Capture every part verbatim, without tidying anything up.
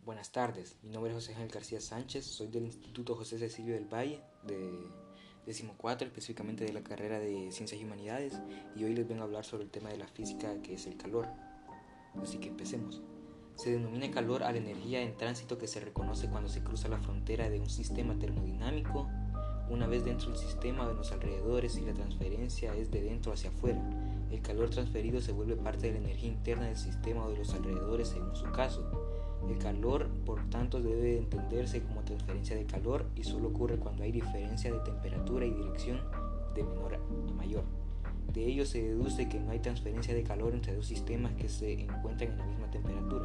Buenas tardes, mi nombre es José Ángel García Sánchez, soy del Instituto José Cecilio del Valle, de decimocuatro, específicamente de la carrera de Ciencias y Humanidades, y hoy les vengo a hablar sobre el tema de la física, que es el calor. Así que empecemos. Se denomina calor a la energía en tránsito que se reconoce cuando se cruza la frontera de un sistema termodinámico una vez dentro del sistema o en los alrededores, y la transferencia es de dentro hacia afuera. El calor transferido se vuelve parte de la energía interna del sistema o de los alrededores según su caso. El calor, por tanto, debe entenderse como transferencia de calor y solo ocurre cuando hay diferencia de temperatura y dirección de menor a mayor. De ello se deduce que no hay transferencia de calor entre dos sistemas que se encuentran en la misma temperatura.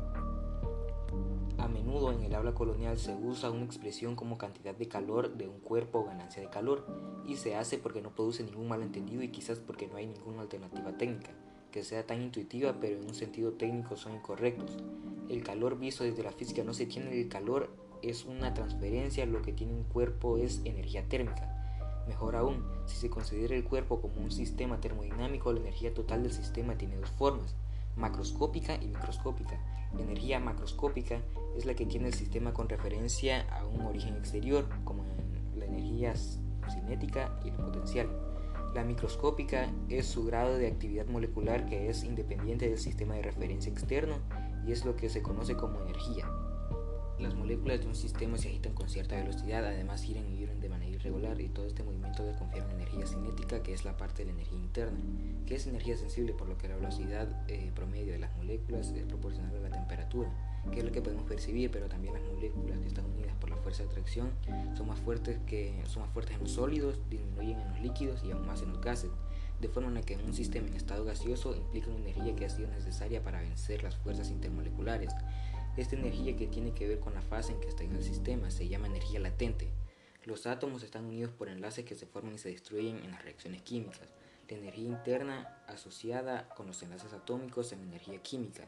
A menudo en el habla colonial se usa una expresión como cantidad de calor de un cuerpo o ganancia de calor, y se hace porque no produce ningún malentendido y quizás porque no hay ninguna alternativa técnica que sea tan intuitiva, pero en un sentido técnico son incorrectos. El calor visto desde la física no se tiene, el calor es una transferencia, lo que tiene un cuerpo es energía térmica. Mejor aún, si se considera el cuerpo como un sistema termodinámico, la energía total del sistema tiene dos formas, macroscópica y microscópica. La energía macroscópica es la que tiene el sistema con referencia a un origen exterior, como en la energía cinética y la potencial. La microscópica es su grado de actividad molecular, que es independiente del sistema de referencia externo y es lo que se conoce como energía. Las moléculas de un sistema se agitan con cierta velocidad, además giran y vibran de manera irregular, y todo este movimiento le confiere una energía cinética, que es la parte de la energía interna, que es energía sensible, por lo que la velocidad eh, promedio de las moléculas es proporcional a la temperatura, que es lo que podemos percibir, pero también las moléculas que están unidas por la fuerza de atracción son más fuertes, que, son más fuertes en los sólidos, disminuyen en los líquidos y aún más en los gases, de forma en la que en un sistema en estado gaseoso implica una energía que ha sido necesaria para vencer las fuerzas intermoleculares. Esta energía, que tiene que ver con la fase en que está en el sistema, se llama energía latente. Los átomos están unidos por enlaces que se forman y se destruyen en las reacciones químicas. La energía interna asociada con los enlaces atómicos en energía química.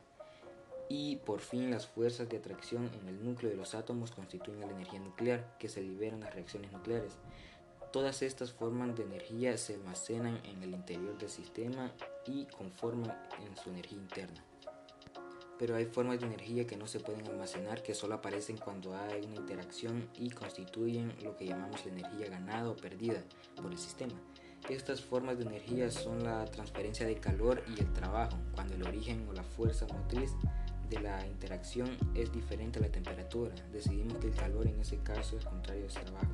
Y por fin, las fuerzas de atracción en el núcleo de los átomos constituyen la energía nuclear, que se libera en las reacciones nucleares. Todas estas formas de energía se almacenan en el interior del sistema y conforman en su energía interna. Pero hay formas de energía que no se pueden almacenar, que solo aparecen cuando hay una interacción y constituyen lo que llamamos la energía ganada o perdida por el sistema. Estas formas de energía son la transferencia de calor y el trabajo, cuando el origen o la fuerza motriz de la interacción es diferente a la temperatura. Decidimos que el calor en ese caso es contrario a ese trabajo.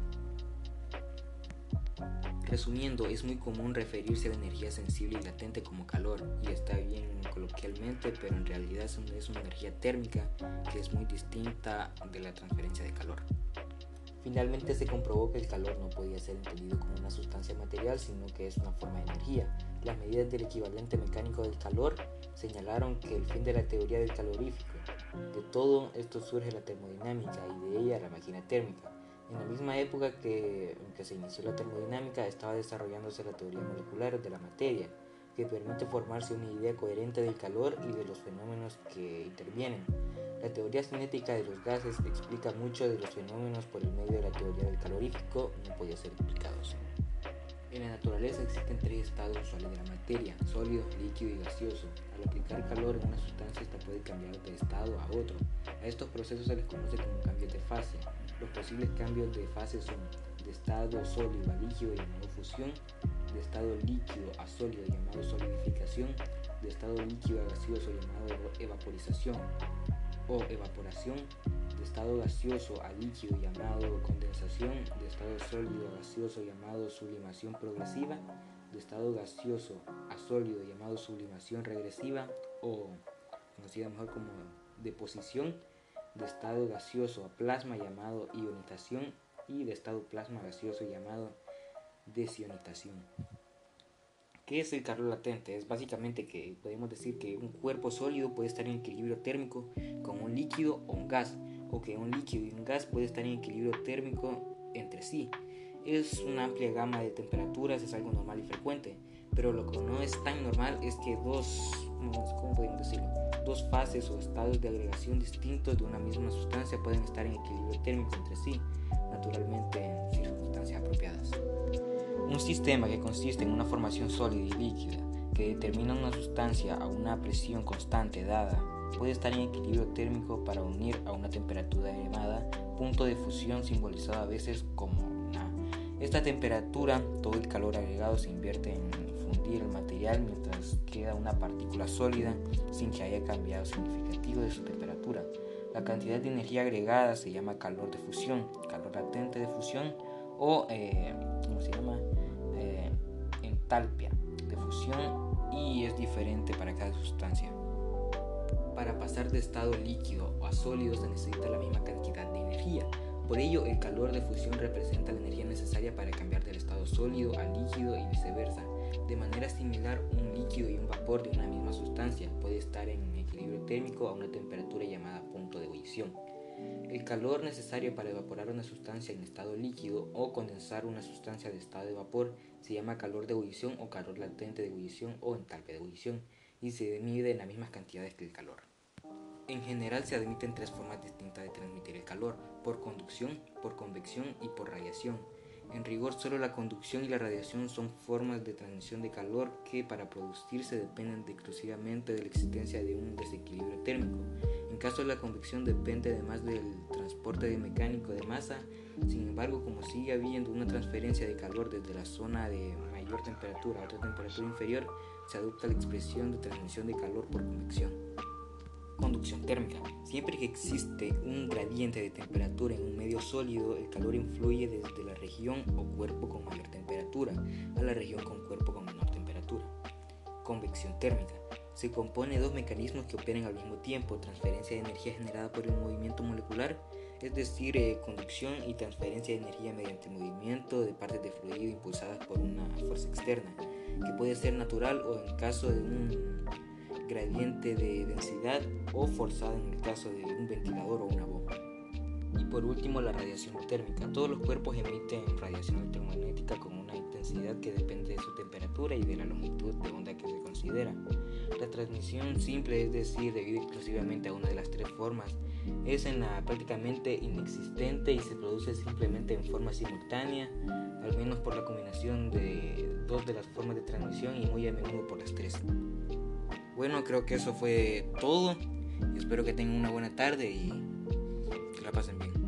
Resumiendo, es muy común referirse a la energía sensible y latente como calor, y está bien coloquialmente, pero en realidad es una energía térmica que es muy distinta de la transferencia de calor. Finalmente se comprobó que el calor no podía ser entendido como una sustancia material, sino que es una forma de energía. Las medidas del equivalente mecánico del calor señalaron que el fin de la teoría del calorífico. De todo esto surge la termodinámica, y de ella la máquina térmica. En la misma época que, en que se inició la termodinámica, estaba desarrollándose la teoría molecular de la materia, que permite formarse una idea coherente del calor y de los fenómenos que intervienen. La teoría cinética de los gases explica mucho de los fenómenos por el medio de la teoría del calorífico, no podía ser explicados. En la naturaleza existen tres estados usuales de la materia: sólido, líquido y gaseoso. Al aplicar calor en una sustancia, esta puede cambiar de estado a otro. A estos procesos se les conoce como cambios de fase. Los posibles cambios de fase son: de estado sólido a líquido, llamado fusión; de estado líquido a sólido, llamado solidificación; de estado líquido a gaseoso, llamado evaporización o evaporación; de estado gaseoso a líquido, llamado condensación; de estado sólido a gaseoso, llamado sublimación progresiva; de estado gaseoso a sólido, llamado sublimación regresiva o conocida mejor como deposición; de estado gaseoso a plasma, llamado ionización; y de estado plasma gaseoso, llamado desionización. ¿Qué es el calor latente? Es básicamente que podemos decir que un cuerpo sólido puede estar en equilibrio térmico con un líquido o un gas, o que un líquido y un gas puede estar en equilibrio térmico entre sí. Es una amplia gama de temperaturas, es algo normal y frecuente, pero lo que no es tan normal es que dos, ¿cómo podemos decirlo? dos fases o estados de agregación distintos de una misma sustancia pueden estar en equilibrio térmico entre sí, naturalmente en circunstancias apropiadas. Un sistema que consiste en una formación sólida y líquida que determina una sustancia a una presión constante dada puede estar en equilibrio térmico para unir a una temperatura llamada punto de fusión, simbolizado a veces como una. Esta temperatura, todo el calor agregado se invierte en fundir el material mientras queda una partícula sólida sin que haya cambiado significativo de su temperatura. La cantidad de energía agregada se llama calor de fusión, calor latente de fusión o eh, ¿cómo se llama? Eh, entalpia de fusión, y es diferente para cada sustancia. Para pasar de estado líquido a sólido se necesita la misma cantidad de energía. Por ello, el calor de fusión representa la energía necesaria para cambiar del estado sólido a líquido y viceversa. De manera similar, un líquido y un vapor de una misma sustancia puede estar en equilibrio térmico a una temperatura llamada punto de ebullición. El calor necesario para evaporar una sustancia en estado líquido o condensar una sustancia de estado de vapor se llama calor de ebullición o calor latente de ebullición o entalpia de ebullición, y se mide en las mismas cantidades que el calor. En general se admiten tres formas distintas de transmitir el calor: por conducción, por convección y por radiación. En rigor, solo la conducción y la radiación son formas de transmisión de calor que, para producirse, dependen de exclusivamente de la existencia de un desequilibrio térmico. En caso de la convección depende además del transporte de mecánico de masa. Sin embargo, como sigue habiendo una transferencia de calor desde la zona de mayor temperatura a otra temperatura inferior, se adopta la expresión de transmisión de calor por convección. Conducción térmica. Siempre que existe un gradiente de temperatura en un medio sólido, el calor influye desde la región o cuerpo con mayor temperatura a la región con cuerpo con menor temperatura. Convección térmica. Se compone de dos mecanismos que operan al mismo tiempo: transferencia de energía generada por el movimiento molecular, es decir, eh, conducción, y transferencia de energía mediante movimiento de partes de fluido impulsadas por una fuerza externa, que puede ser natural o en caso de un gradiente de densidad, o forzada en el caso de un ventilador o una bomba. Y por último, la radiación térmica. Todos los cuerpos emiten radiación electromagnética con una intensidad que depende de su temperatura y de la longitud de onda que se considera. La transmisión simple, es decir, debido exclusivamente a una de las tres formas, es en la prácticamente inexistente y se produce simplemente en forma simultánea, al menos por la combinación de dos de las formas de transmisión y muy a menudo por las tres. Bueno, creo que eso fue todo. Espero que tengan una buena tarde y que la pasen bien.